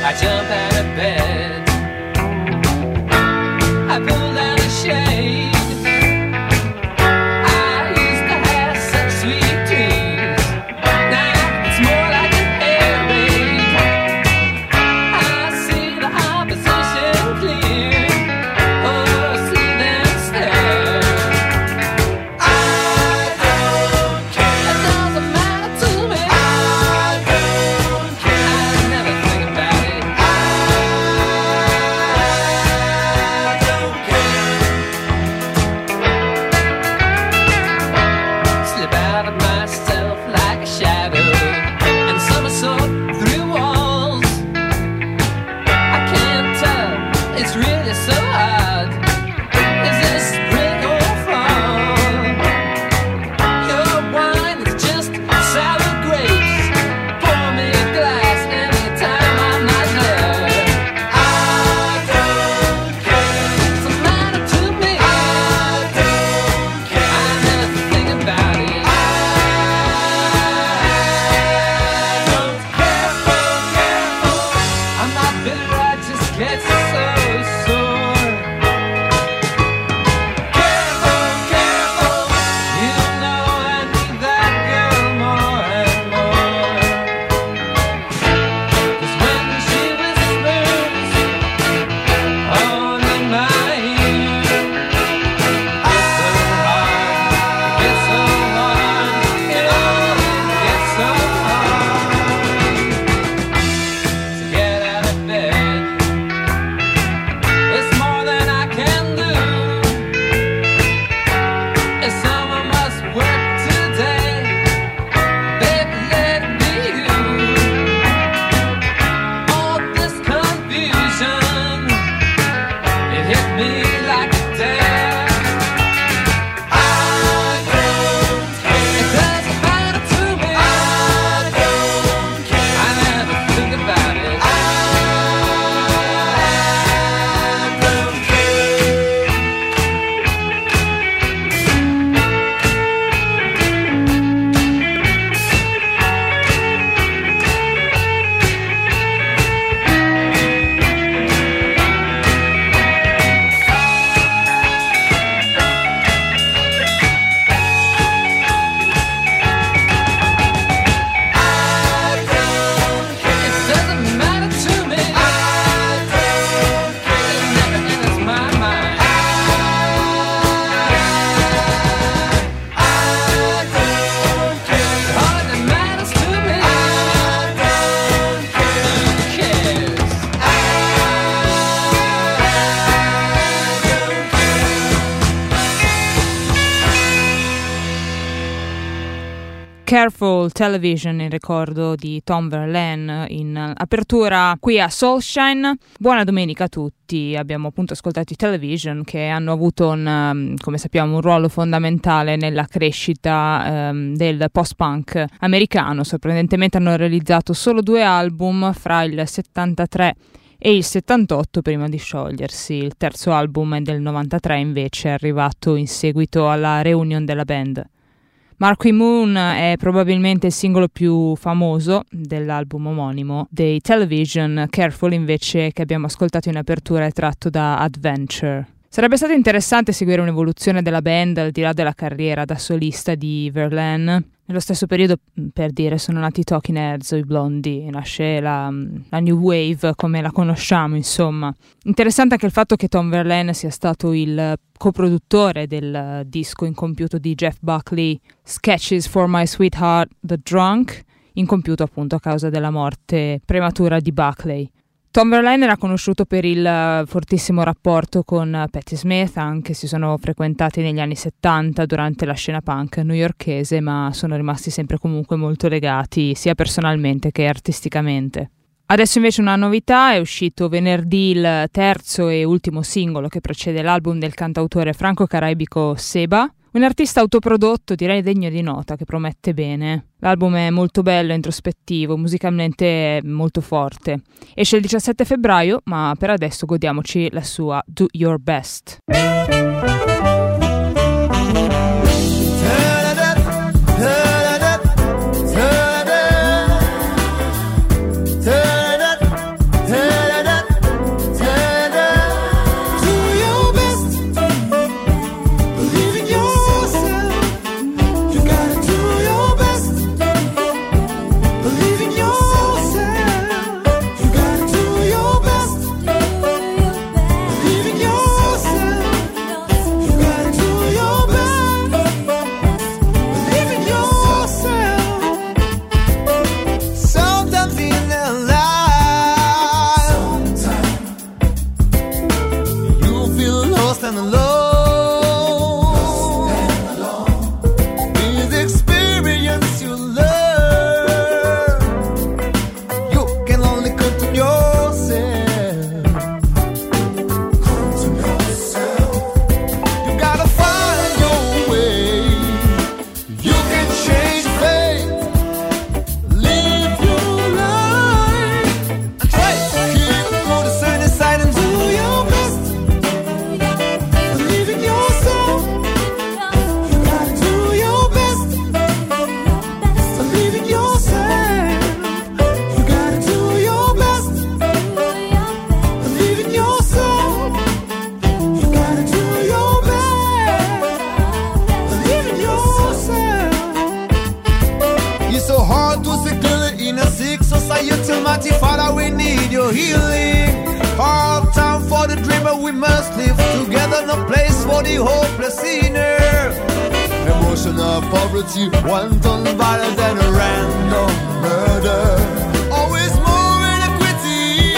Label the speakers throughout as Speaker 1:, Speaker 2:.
Speaker 1: I jump out of bed, I pull down the shade. I used to have such sweet dreams. Now it's more like an air raid. I see the opposition clear. Oh, see them stare. I don't care. It doesn't matter to me. I don't care. I never think about it. I don't care. Slip out of myself like a shadow and somersault through walls. I can't tell, it's really so hard. Is this spring or fall? Your wine is just sour grapes. Pour me a glass anytime I'm not there. I don't care. Doesn't matter to me. I don't care. I never think about it. I don't care. I'm not bitter, I just get so sore. Careful, you know I need that girl more and more. 'Cause when she whispers on in my ear, it's so hard, it gets so hard, it gets so hard to get out of bed. It's more than I can do. If someone must work today, baby, let it be you. All this confusion, it hit me like a dare. I don't care. It doesn't matter to me. I don't care. I never think about it. I don't care. It doesn't matter to me. I don't care. It never enters my mind. I don't care. All that matters to me. I don't care. Who cares?
Speaker 2: Careful Television in ricordo di Tom Verlaine in apertura qui a Soulshine. Buona domenica a tutti. Abbiamo appunto ascoltato i Television che hanno avuto come sappiamo un ruolo fondamentale nella crescita del post-punk americano. Sorprendentemente hanno realizzato solo 2 album fra il 73 e il 78 prima di sciogliersi. Il terzo album è del 93, invece è arrivato in seguito alla reunion della band. Marquee Moon è probabilmente il singolo più famoso dell'album omonimo dei Television. Careful invece, che abbiamo ascoltato in apertura, è tratto da Adventure. Sarebbe stato interessante seguire un'evoluzione della band al di là della carriera da solista di Verlaine. Nello stesso periodo, per dire, sono nati i Talking Heads o i Blondie, nasce la New Wave come la conosciamo, insomma. Interessante anche il fatto che Tom Verlaine sia stato il coproduttore del disco incompiuto di Jeff Buckley, Sketches for My Sweetheart the Drunk, incompiuto appunto a causa della morte prematura di Buckley. Tom Verlaine era conosciuto per il fortissimo rapporto con Patti Smith, anche si sono frequentati negli anni 70 durante la scena punk newyorkese, ma sono rimasti sempre comunque molto legati sia personalmente che artisticamente. Adesso invece una novità: è uscito venerdì il terzo e ultimo singolo che precede l'album del cantautore franco-caraibico Seba, un artista autoprodotto, direi degno di nota, che promette bene. L'album è molto bello, introspettivo, musicalmente molto forte. Esce il 17 febbraio, ma per adesso godiamoci la sua Do Your Best.
Speaker 3: Hey Mighty Father, we need your healing. All time for the dreamer, we must live together. No place for the hopeless sinner. Emotional poverty, one ton violence than a random murder. Always more inequity,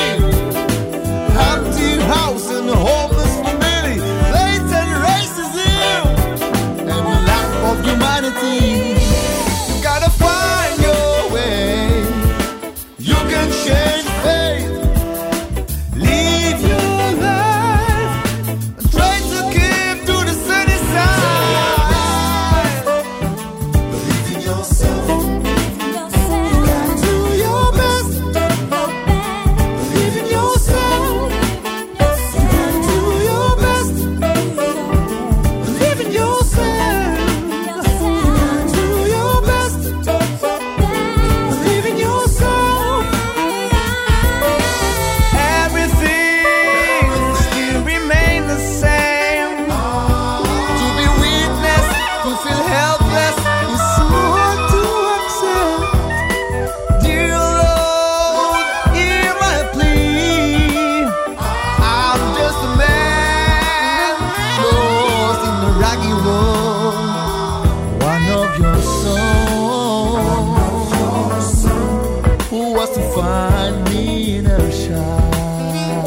Speaker 3: empty house and homeless family, blatant racism and lack of humanity. You gotta find your way. You can change fate. Live your life and try to keep to the sunny side. Believe in yourself. You gotta do your best. Believe in yourself. You gotta do your best. Believe in yourself. You gotta do your best. Believe in yourself. Everything still remain the same. To be witness, to feel helpless is so hard to accept. Dear Lord, hear my plea. I'm just a man lost in the rocky road. One of your sons who was to find me in a shine.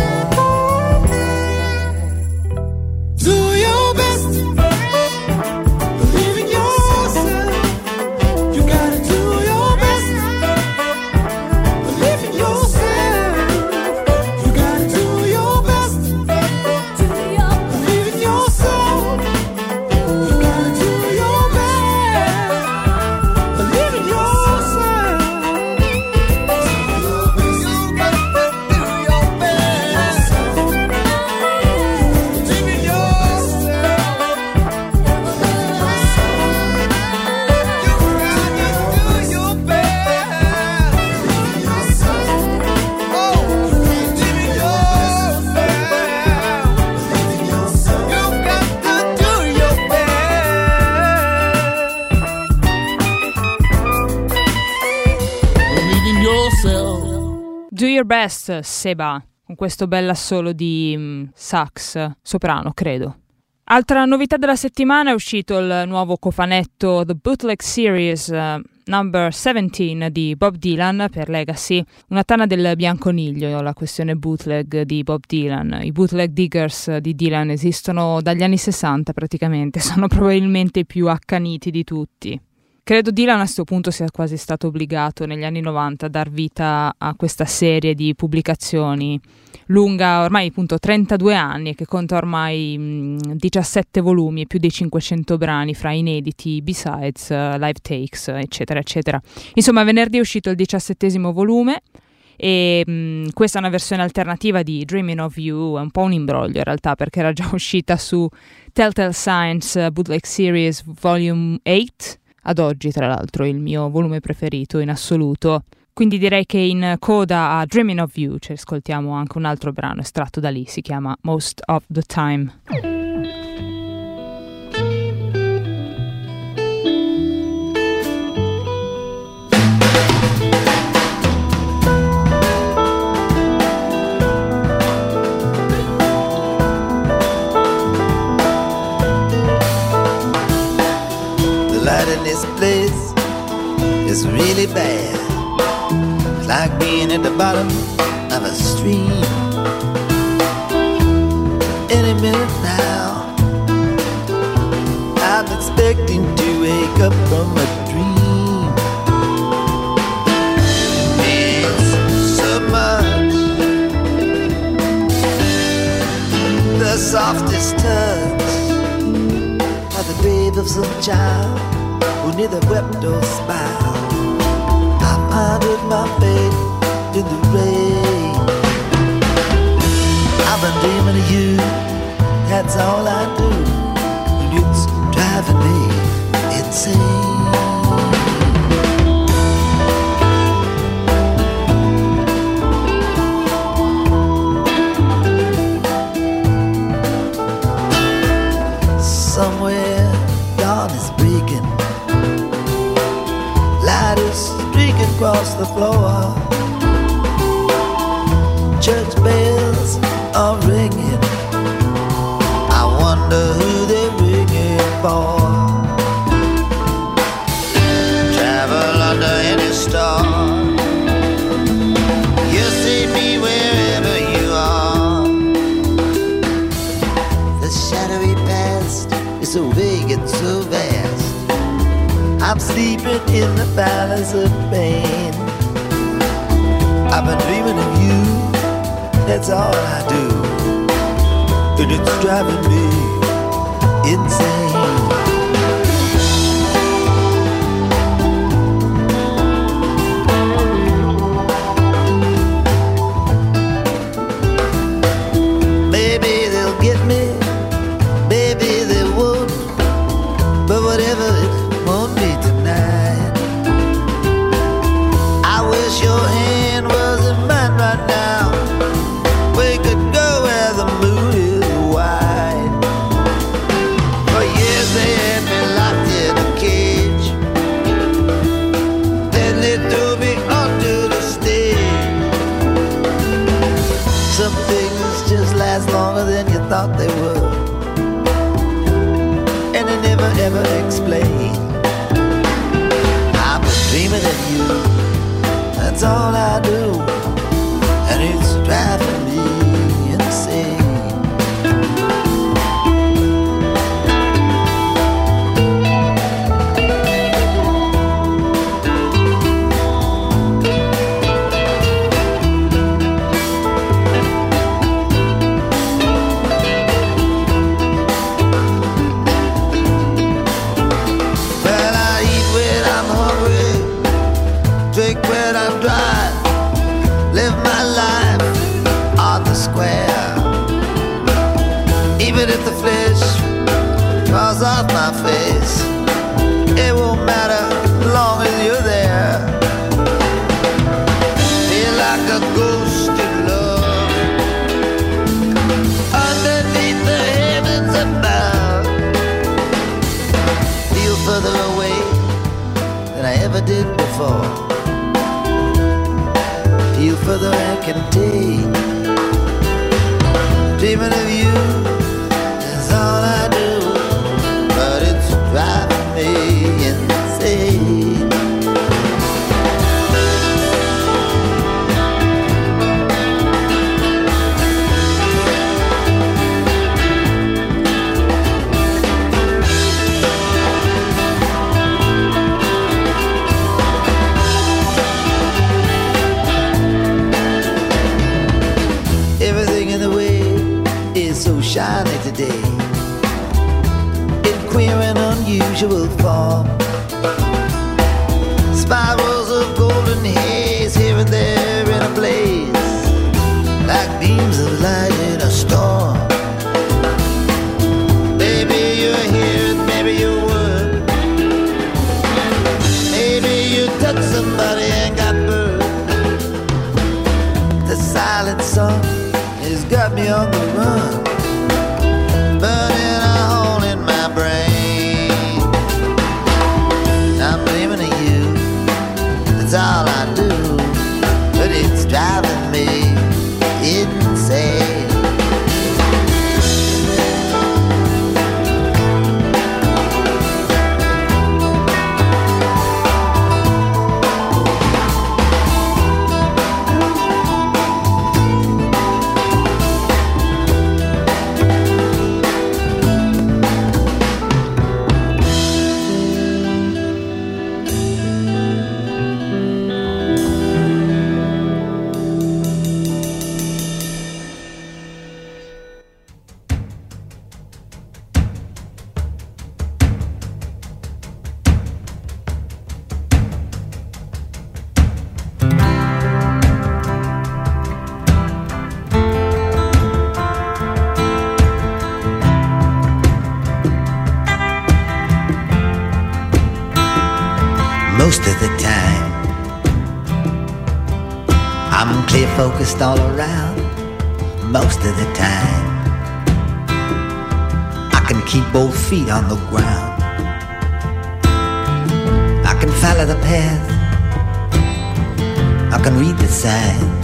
Speaker 3: Do your best. Believe in yourself. You gotta do your best. Believe in yourself. You gotta do your best. Believe in yourself. You gotta do your best. Believe in yourself.
Speaker 2: Do Your Best, Seba, con questo bell'assolo di sax, soprano, credo. Altra novità della settimana è uscito il nuovo cofanetto The Bootleg Series Number 17 di Bob Dylan per Legacy, una tana del bianconiglio, la questione bootleg di Bob Dylan. I bootleg diggers di Dylan esistono dagli anni 60 praticamente, sono probabilmente i più accaniti di tutti. Credo Dylan a questo punto sia quasi stato obbligato negli anni 90 a dar vita a questa serie di pubblicazioni lunga ormai appunto 32 anni e che conta ormai 17 volumi e più di 500 brani fra inediti, B-sides, live takes, eccetera, eccetera. Insomma, venerdì è uscito il 17° volume e questa è una versione alternativa di Dreaming of You, è un po' un imbroglio in realtà perché era già uscita su Telltale Signs Bootleg Series Volume 8, ad oggi tra l'altro il mio volume preferito in assoluto. Quindi direi che in coda a Dreaming of You ci ascoltiamo anche un altro brano estratto da lì, si chiama Most of the Time.
Speaker 3: The light in this place is really bad. It's like being at the bottom of a stream. Any minute now, I'm expecting to wake up from a dream. It means so much. The softest touch of the babe of some child who neither wept or smiled. I pondered my fate in the rain. I've been dreaming of you, that's all I do, and it's driving me insane. Somewhere dawn is breaking, light is streaking across the floor.
Speaker 4: sleeping in the palace of pain. I've been dreaming of you, that's all I do, and it's driving me insane. Maybe they'll get me, maybe they won't, but whatever, it won't be tonight. I wish your hand was in mine right now. We could go where the moon is wide. For years they had me locked in a cage, then they threw me onto the stage. Some things just last longer than you thought they would, and they never ever explain. I've been dreaming of you, that's all I do, and it's driving me insane. Well, I eat when I'm hungry, drink when I'm dry, live my life on the square. Even if the flesh falls off my face, it won't matter as long as you're there. Feel like a ghost in love underneath the heavens above. Feel further away than I ever did before. Feel further I can take. Dreaming of you is all I do, but it's driving me insane. Everything in the way is so shiny today, in queer and unusual form. Spirals of golden haze here and there in a blaze, like beams of light in a storm. Maybe you're here and maybe you would, maybe you touched somebody and got burned. The silent sun has got me on the run, burning a hole in my brain. I'm dreaming of you, that's all I do, but it's driving me insane. Most of the time I'm clear focused all around. Most of the time I can keep both feet on the ground. I can follow the path, I can read the signs,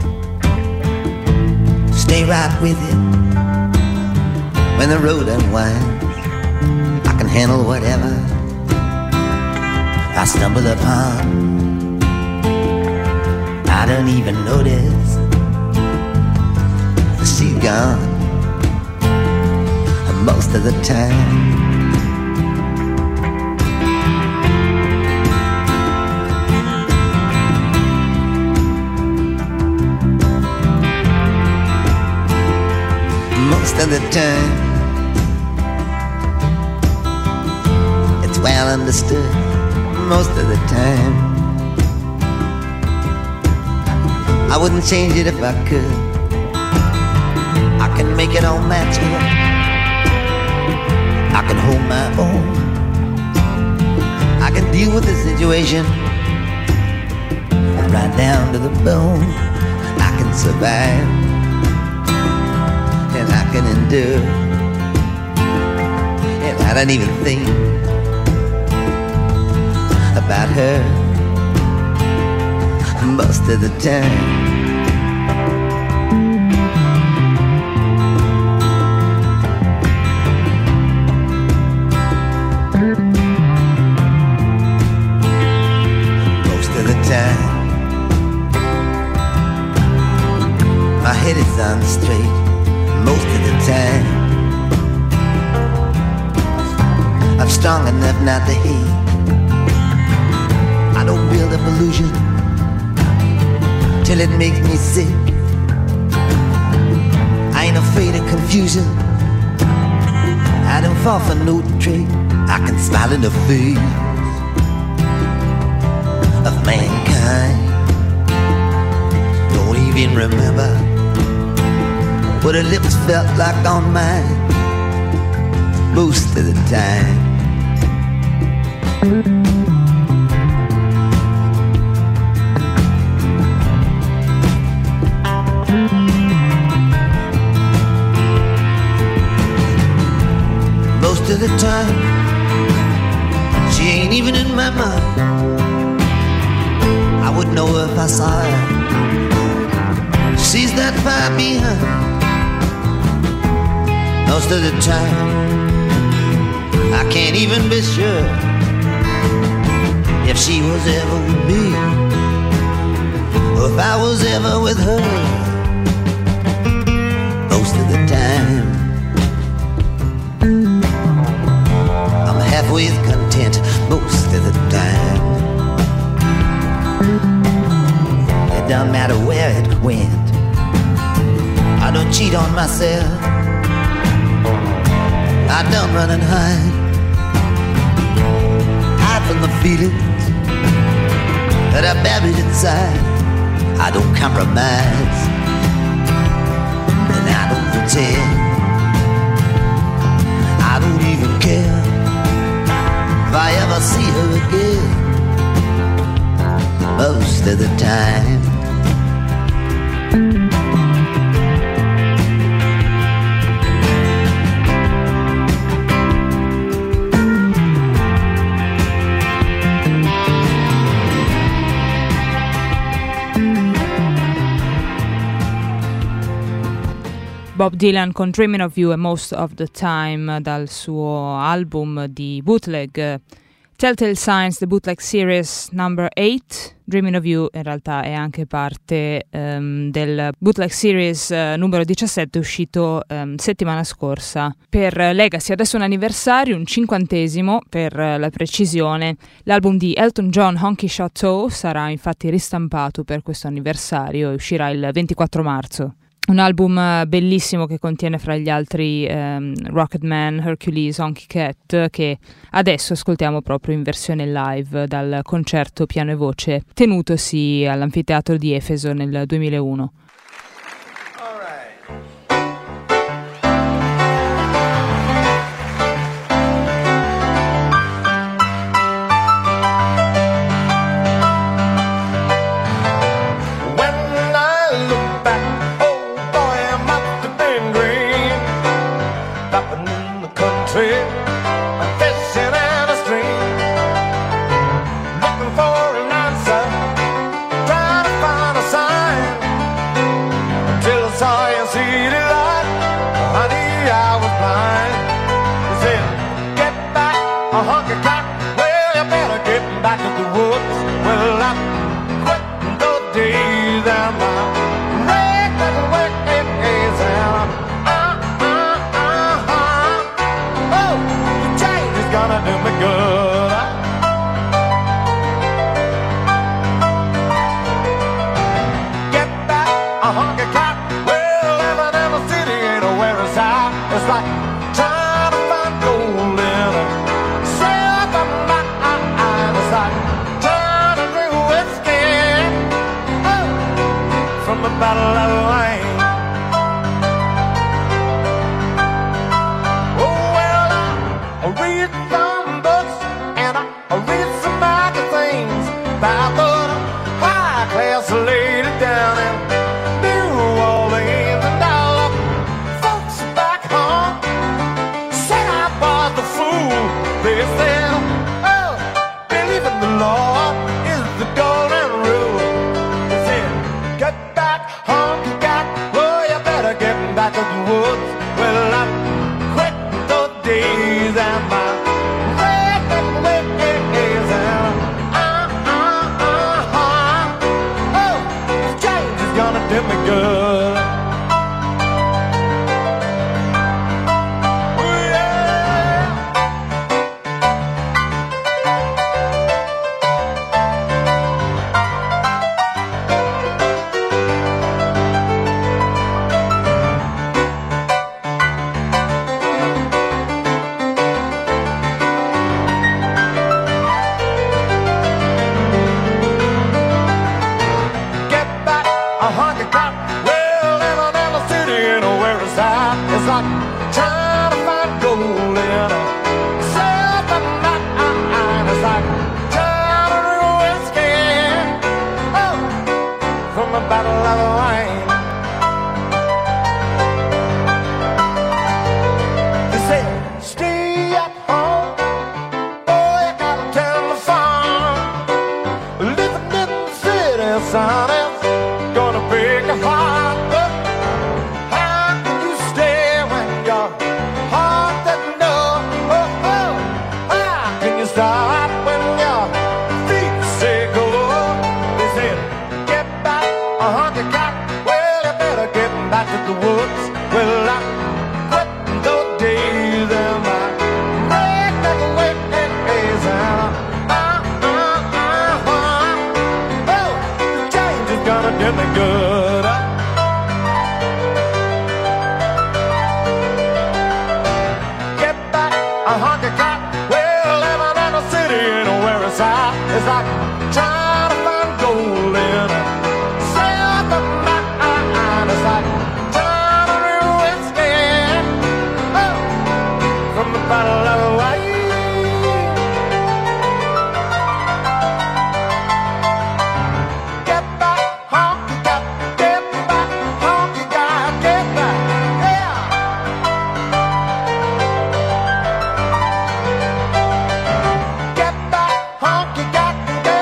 Speaker 4: stay right with it when the road unwinds. I can handle whatever I stumble upon. I don't even notice the sea gone most of the time. of the time. It's well understood most of the time. I wouldn't change it if I could. I can make it all match up. I can hold my own. I can deal with the situation right down to the bone. I can survive and I can endure. And I don't even think about her most of the time. My head is on straight most of the time. I'm strong enough not to hate. I don't build up illusion till it makes me sick. I ain't afraid of confusion. I don't fall for no trick. I can smile in the face of mankind. Don't even remember what her lips felt like on mine most of the time. Most of the time, she ain't even in my mind. I would know her if I saw her. She's that far behind. Most of the time, I can't even be sure if she was ever with me or if I was ever with her. Most of the time, I'm halfway content. Most of the time, it don't matter where it went. I don't cheat on myself. I don't run and hide from the feelings that I buried inside. I don't compromise and I don't pretend. I don't even care if I ever see her again. Most of the time.
Speaker 2: Bob Dylan con Dreaming of You e Most of the Time dal suo album di bootleg Telltale Signs, The Bootleg Series number 8. Dreaming of You in realtà è anche parte del bootleg series numero 17 uscito settimana scorsa per Legacy. Adesso un anniversario, un 50° per la precisione. L'album di Elton John, Honky Chateau, sarà infatti ristampato per questo anniversario e uscirà il 24 marzo. Un album bellissimo che contiene fra gli altri Rocketman, Hercules, Honky Cat, che adesso ascoltiamo proprio in versione live dal concerto piano e voce tenutosi all'Anfiteatro di Efeso nel 2001.
Speaker 3: Well, living in a city ain't nowhere to stop. It's like trying to find gold in a silver mine. It's like trying to drink whiskey from a bottle of wine. Oh well, I read some books and I read some magazines about the high class lady down in New Orleans, and all the folks back home said I was the fool. They said, oh, believe in the Lord is the golden rule. They said, get back home, you got, oh, you better get back to the woods. Well, I'm quitting those days and my red ways and oh, change is gonna do me good. Oh, yeah. Get back a honky tonk. Well, living in the city and where it's at. It's like trying to find gold in a silver mine. It's like trying to drink whiskey from a bottle of wine. They say stay at home. Oh, you gotta tell the farm. Living in the city, son, is gonna break your heart. But how can you stay when your heart doesn't know? Oh, oh, how can you stop when your feet say go? They said, get back a honky tonk. Well, you better get back to the woods. Well, I'm quitting those days and my redneck ways and oh, the change is gonna do me good. Get back a honky tonk. Well, living in the city and where it's at. It's like trying to find gold in a silver mine. It's like trying to drink whiskey from a bottle of wine. Get back, honky tonk. Get back, honky tonk. Get back, yeah. Get back, honky tonk. Get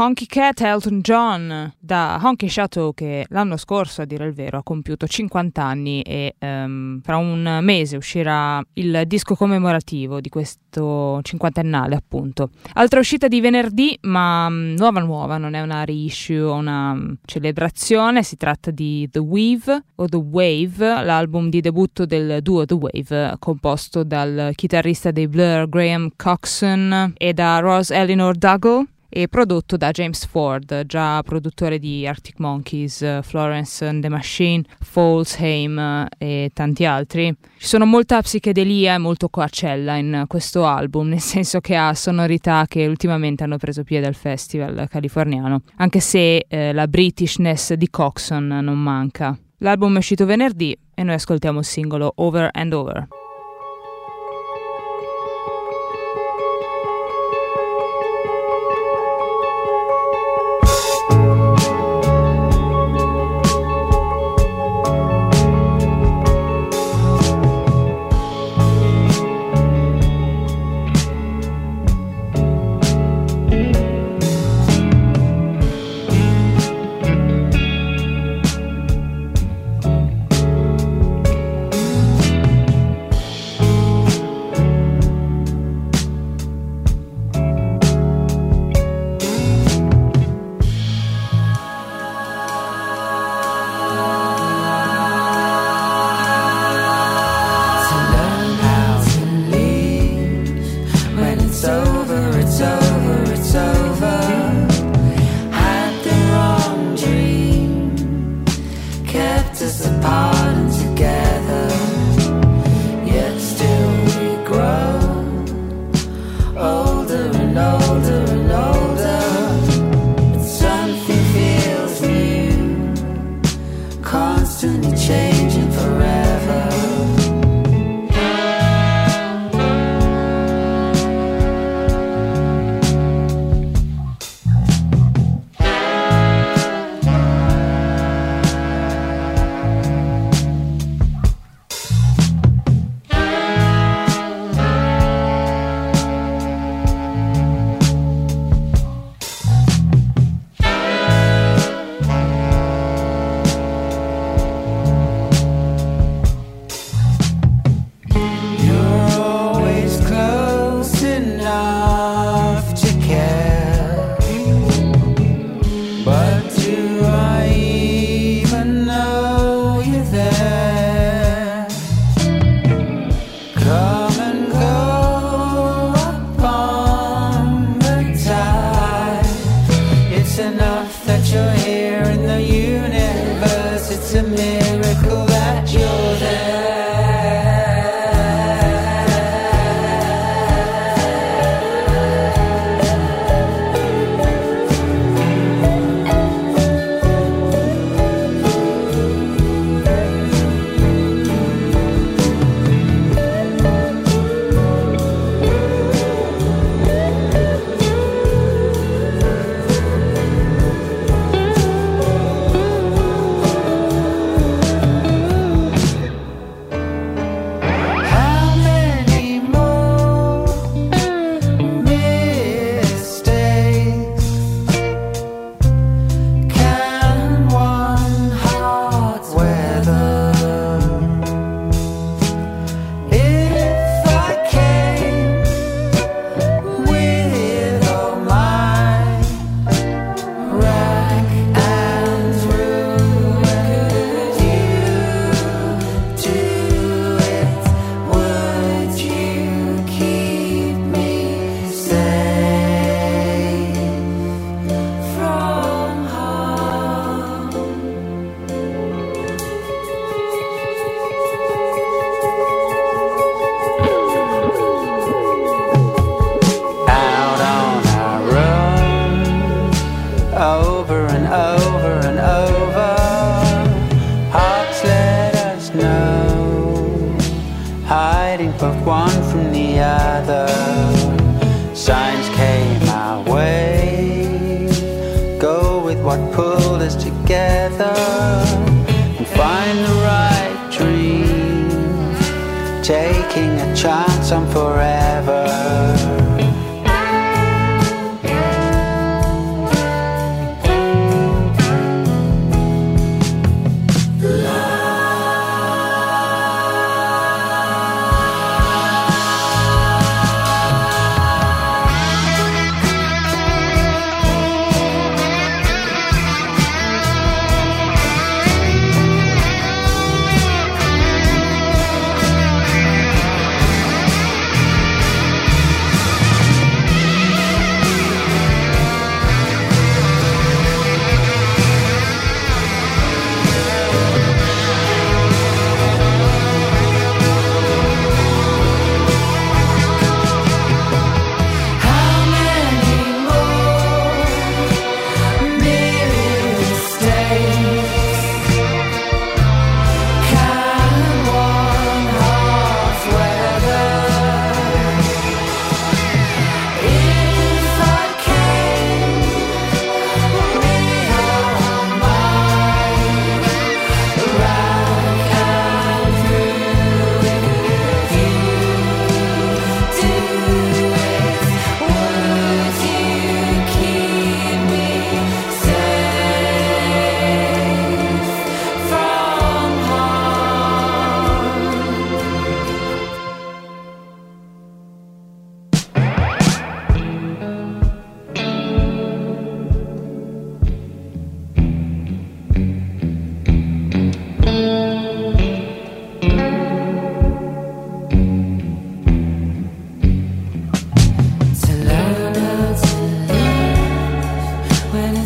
Speaker 2: Honky Cat Elton John, da Honky Chateau, che l'anno scorso, a dire il vero, ha compiuto 50 anni e fra un mese uscirà il disco commemorativo di questo cinquantennale, appunto. Altra uscita di venerdì, ma nuova, non è una reissue o una celebrazione, si tratta di The Weave o The Wave, l'album di debutto del duo The Wave, composto dal chitarrista dei Blur Graham Coxon e da Rose Eleanor Dougal, e prodotto da James Ford, già produttore di Arctic Monkeys, Florence and the Machine, Falsheim e tanti altri. Ci sono molta psichedelia e molto Coachella in questo album, nel senso che ha sonorità che ultimamente hanno preso piede al festival californiano, anche se la Britishness di Coxon non manca. L'album è uscito venerdì e noi ascoltiamo il singolo Over and Over.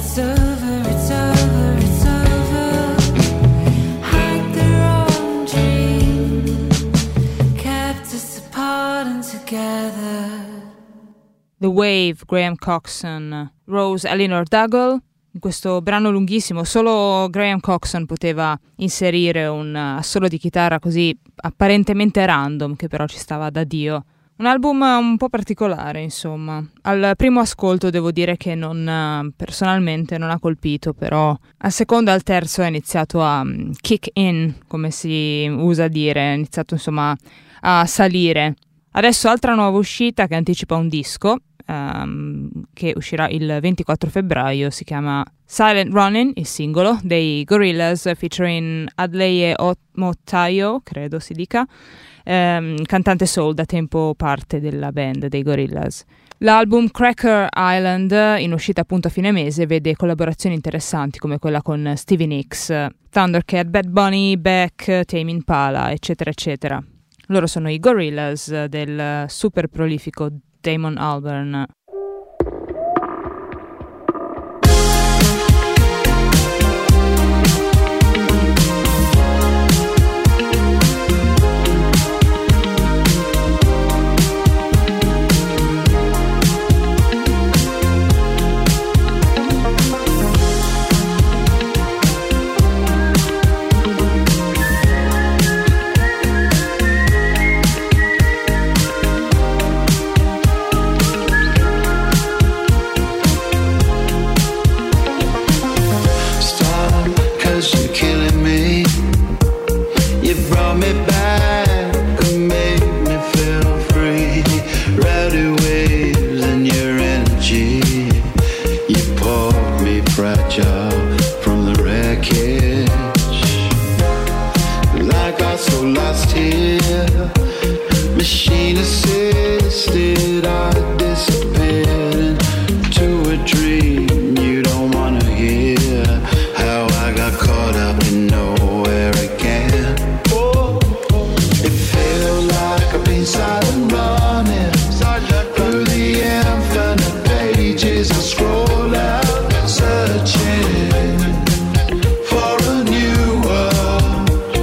Speaker 5: it's over, it's over, it's over. Had the wrong dream, kept us apart and together.
Speaker 2: The Wave, Graham Coxon, Rose Eleanor Dougal. In questo brano lunghissimo solo Graham Coxon poteva inserire un assolo di chitarra così apparentemente random, che però ci stava da Dio. Un album un po' particolare, insomma. Al primo ascolto devo dire che personalmente non ha colpito, però al secondo e al terzo è iniziato a kick in, come si usa dire, è iniziato insomma a salire. Adesso altra nuova uscita che anticipa un disco, che uscirà il 24 febbraio, si chiama Silent Running, il singolo dei Gorillaz, featuring Adleye Motayo, credo si dica, cantante soul, da tempo parte della band dei Gorillaz. L'album Cracker Island, in uscita appunto a fine mese, vede collaborazioni interessanti come quella con Stevie Nicks, Thundercat, Bad Bunny, Beck, Tame Impala, eccetera eccetera. Loro sono i Gorillaz del super prolifico Damon Albarn.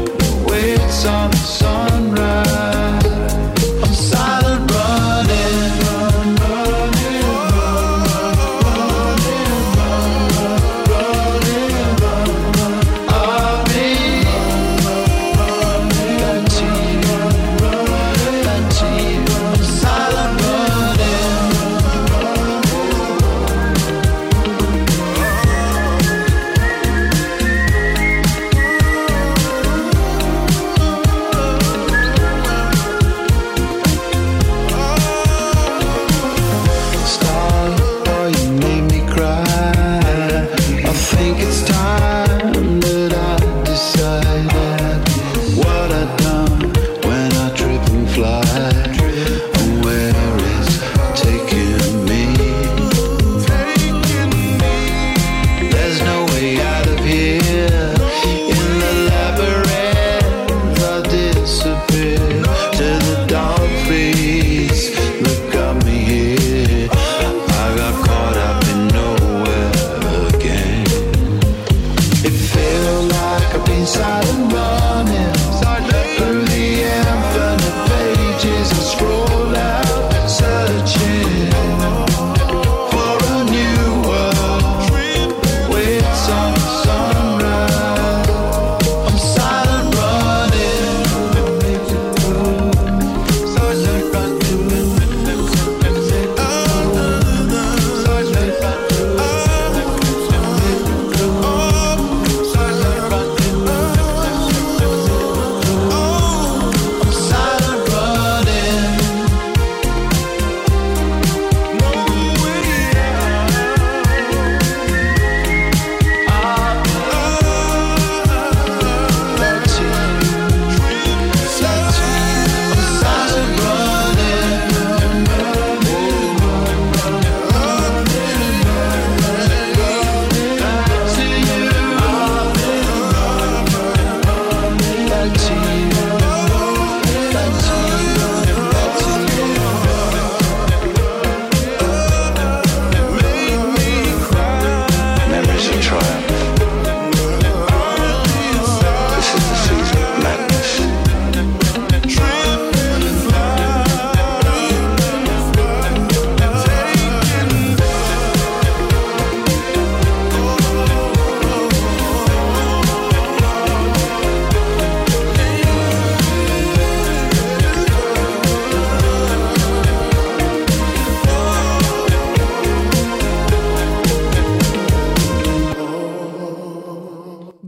Speaker 4: Sunrise, I'm silent running.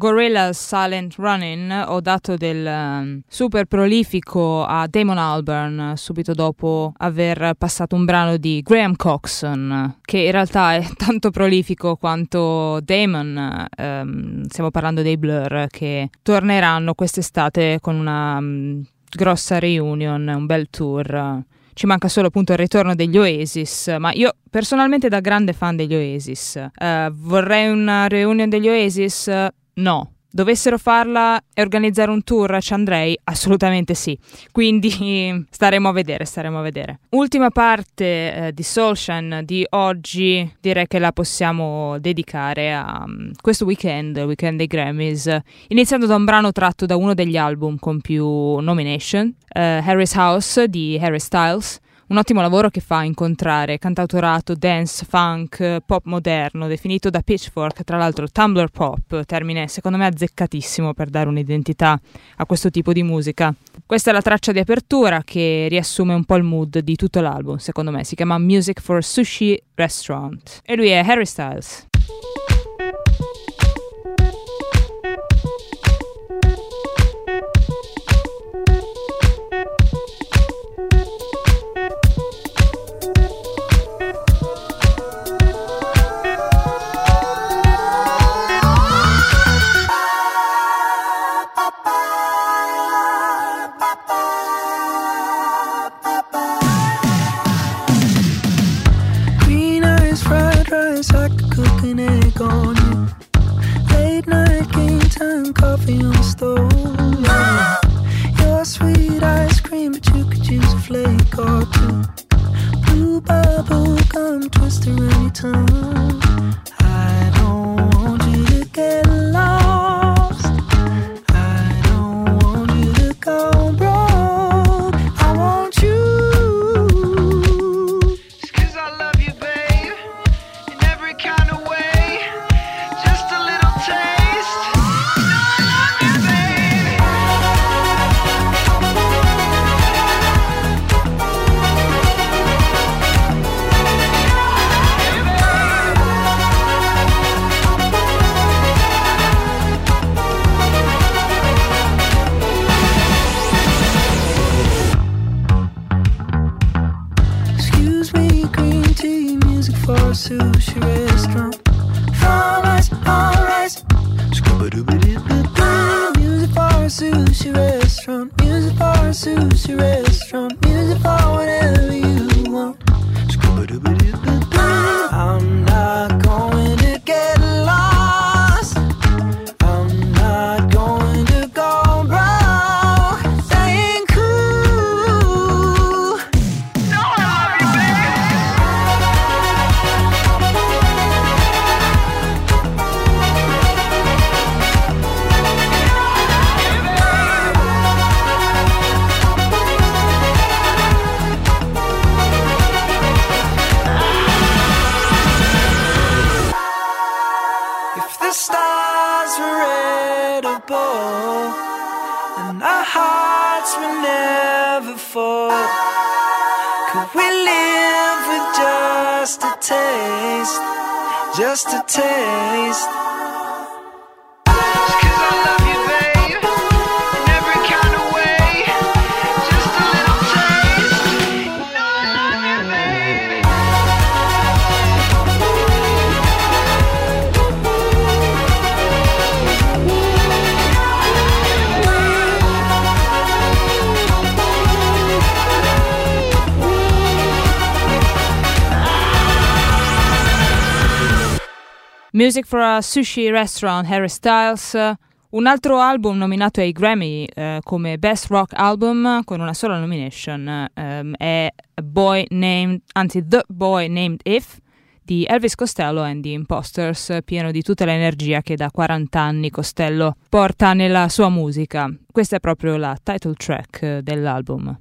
Speaker 2: Gorillaz Silent Running ho dato del super prolifico a Damon Albarn subito dopo aver passato un brano di Graham Coxon, che in realtà è tanto prolifico quanto Damon. Stiamo parlando dei Blur, che torneranno quest'estate con una grossa reunion, un bel tour. Ci manca solo appunto il ritorno degli Oasis, ma io personalmente da grande fan degli Oasis vorrei una reunion degli Oasis? No. Dovessero farla e organizzare un tour ci andrei? Assolutamente sì. Quindi staremo a vedere. Ultima parte di Soulshine di oggi, direi che la possiamo dedicare a questo weekend, il weekend dei Grammys, iniziando da un brano tratto da uno degli album con più nomination, Harry's House di Harry Styles. Un ottimo lavoro che fa incontrare cantautorato, dance, funk, pop moderno, definito da Pitchfork, tra l'altro Tumblr pop, termine secondo me azzeccatissimo per dare un'identità a questo tipo di musica. Questa è la traccia di apertura che riassume un po' il mood di tutto l'album, secondo me, si chiama Music for a Sushi Restaurant e lui è Harry Styles.
Speaker 6: I could cook an egg on you. Late night game time, coffee on the stove. Yeah. Your sweet ice cream, but you could use a flake or two. Blue bubble gum twist around your tongue. I don't want you to get lost. I don't want you to go broke. I want you. For a sushi restaurant, alright. Music for a sushi restaurant, music for a sushi restaurant, music for whatever you want. I'm not going to get lost. I'm not going to go broke. That ain't cool. No, I love you, baby. If the stars were edible and our hearts will never fall, could we live with just a taste, just a taste? Just 'cause I love you, babe, in every kind of way, just a little taste. You know I love you, baby.
Speaker 2: Music for a Sushi Restaurant, Harry Styles. Un altro album nominato ai Grammy come Best Rock Album con una sola nomination è The Boy Named If di Elvis Costello and the Imposters, pieno di tutta l'energia che da 40 anni Costello porta nella sua musica. Questa è proprio la title track dell'album.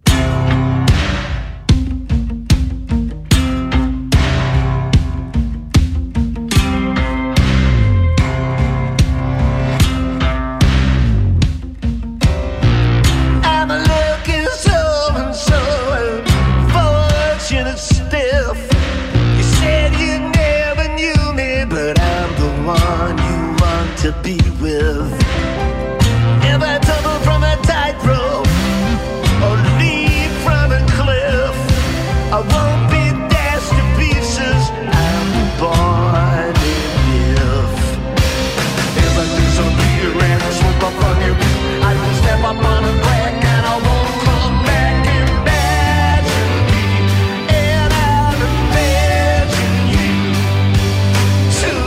Speaker 4: Stiff. You said you never knew me, but I'm the one you want to be with. If I tumble from a tightrope or leap from a cliff, I won't be dashed to pieces. I'm born in if. If I disappear and I slip up on you, I will step up on a crack and I won't come back. Imagine me and I'll imagine you too.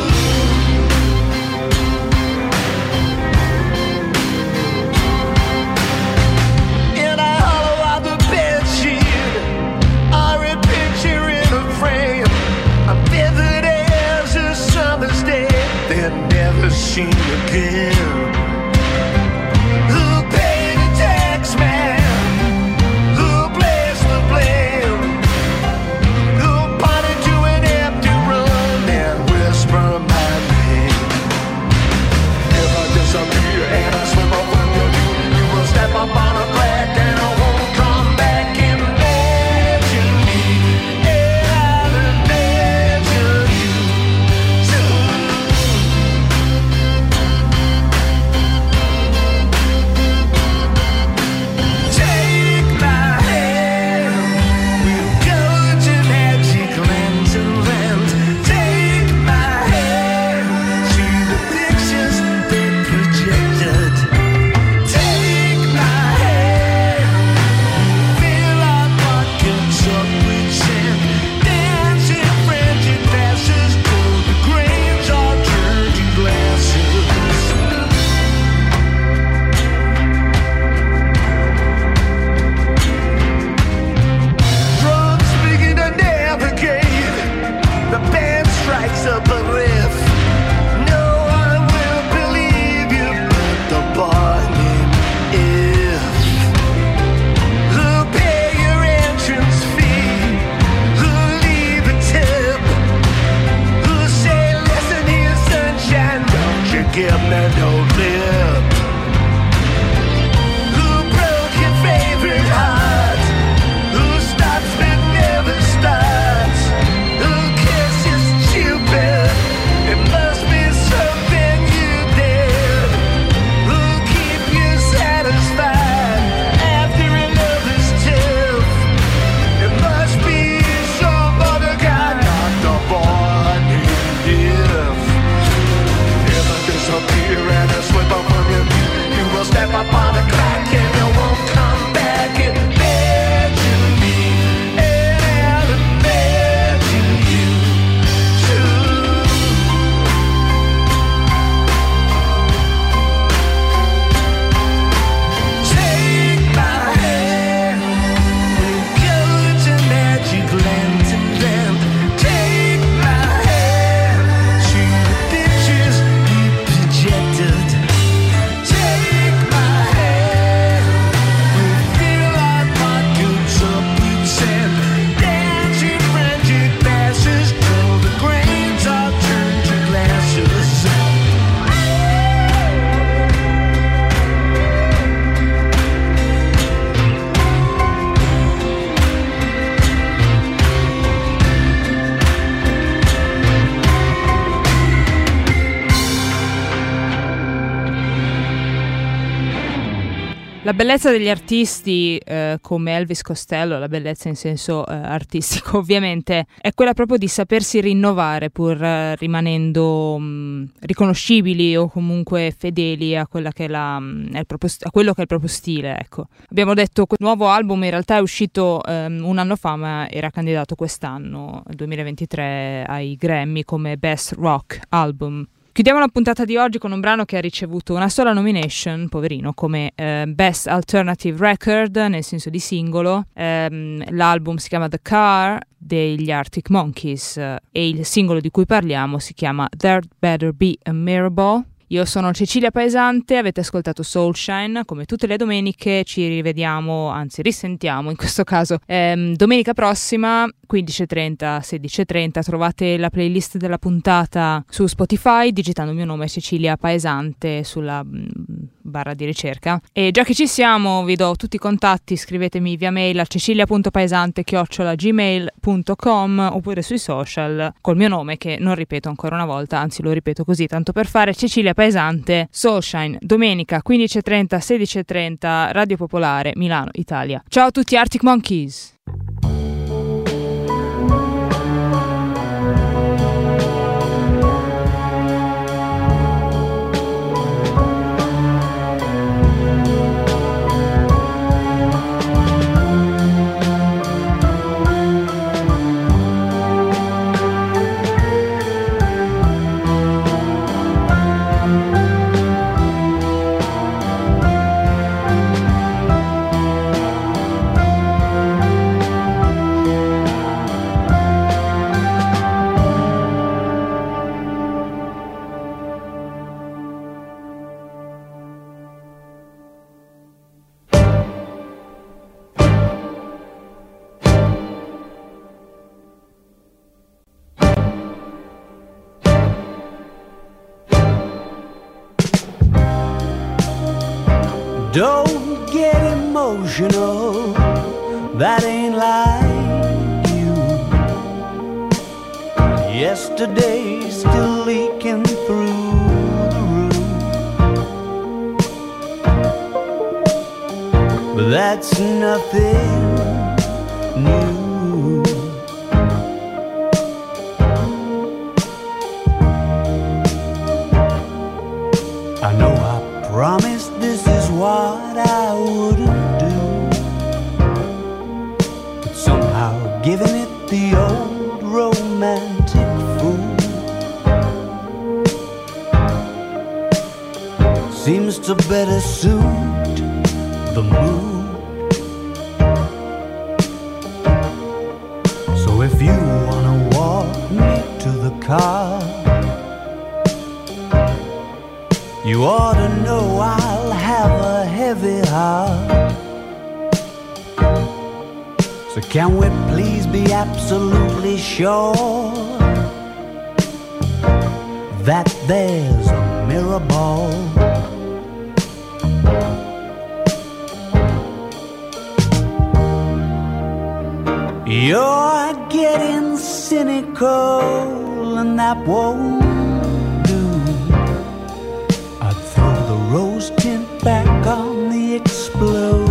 Speaker 4: In a hollow of the bedsheet, or a picture in a frame, I'm vivid as a summer's day, then never seen again. Who paid the tax man? Who placed the blame? Who pointed to an empty room and whispered my name? If I disappear and I swim up under you, you will step up on a crack and I won't come back. Imagine me and I'll imagine you too. Take my hand, we'll go to magic lands and lands. Take my hand, see the pictures they projected. Take my hand, fill our pockets up with sand. Dancing frenzied passes till the grains are turned to glasses. Drums begin to navigate. The band strikes up a riff. No one will believe you but the bargain if. Who'll pay your entrance fee? Who'll leave a tip? Who'll say, listen here, sunshine, don't you give me no lip? Who broke your favorite heart? Who stops but never starts? Who kisses stupid? It must be something you did. Who'll keep you satisfied after a love is tough? It must be some other guy, not the born if. If I disappear and I slip up on you, you will step up on a crack and you won't come back. Imagine me and I'll imagine you too. Take my hand, we'll go to magic lands and land. Take my hand, see the pictures you projected. Take my hand, we'll fill our pockets up with sand. Dancing frenzied passes till the grains are turned to glasses.
Speaker 2: La bellezza degli artisti come Elvis Costello, la bellezza in senso artistico ovviamente, è quella proprio di sapersi rinnovare pur rimanendo riconoscibili o comunque fedeli a quella che è a quello che è il proprio stile, ecco. Abbiamo detto che il nuovo album in realtà è uscito un anno fa, ma era candidato quest'anno, 2023, ai Grammy come Best Rock Album. Chiudiamo la puntata di oggi con un brano che ha ricevuto una sola nomination, poverino, come Best Alternative Record, nel senso di singolo. L'album si chiama The Car degli Arctic Monkeys e il singolo di cui parliamo si chiama There'd Better Be a Miracle. Io sono Cecilia Paesante, avete ascoltato Soulshine, come tutte le domeniche ci rivediamo, anzi risentiamo in questo caso, domenica prossima 15.30, 16.30, trovate la playlist della puntata su Spotify digitando il mio nome Cecilia Paesante sulla barra di ricerca. E già che ci siamo, vi do tutti i contatti, scrivetemi via mail a cecilia.paesante@gmail.com oppure sui social col mio nome, che non ripeto ancora una volta, anzi lo ripeto così tanto per fare: Cecilia Paesante. Soulshine, domenica 15:30, 16:30, Radio Popolare, Milano, Italia. Ciao a tutti, Arctic Monkeys!
Speaker 7: Don't get emotional, that ain't like you. Yesterday's still leaking through the roof, but that's nothing new. I know I promised this is what I wouldn't do, but somehow giving it the old romantic fool seems to better suit the mood. So if you wanna walk me to the car, you ought to know I'll have a heavy heart. So can we please be absolutely sure that there's a mirror ball? You're getting cynical and that won't rose tint back on the explosion.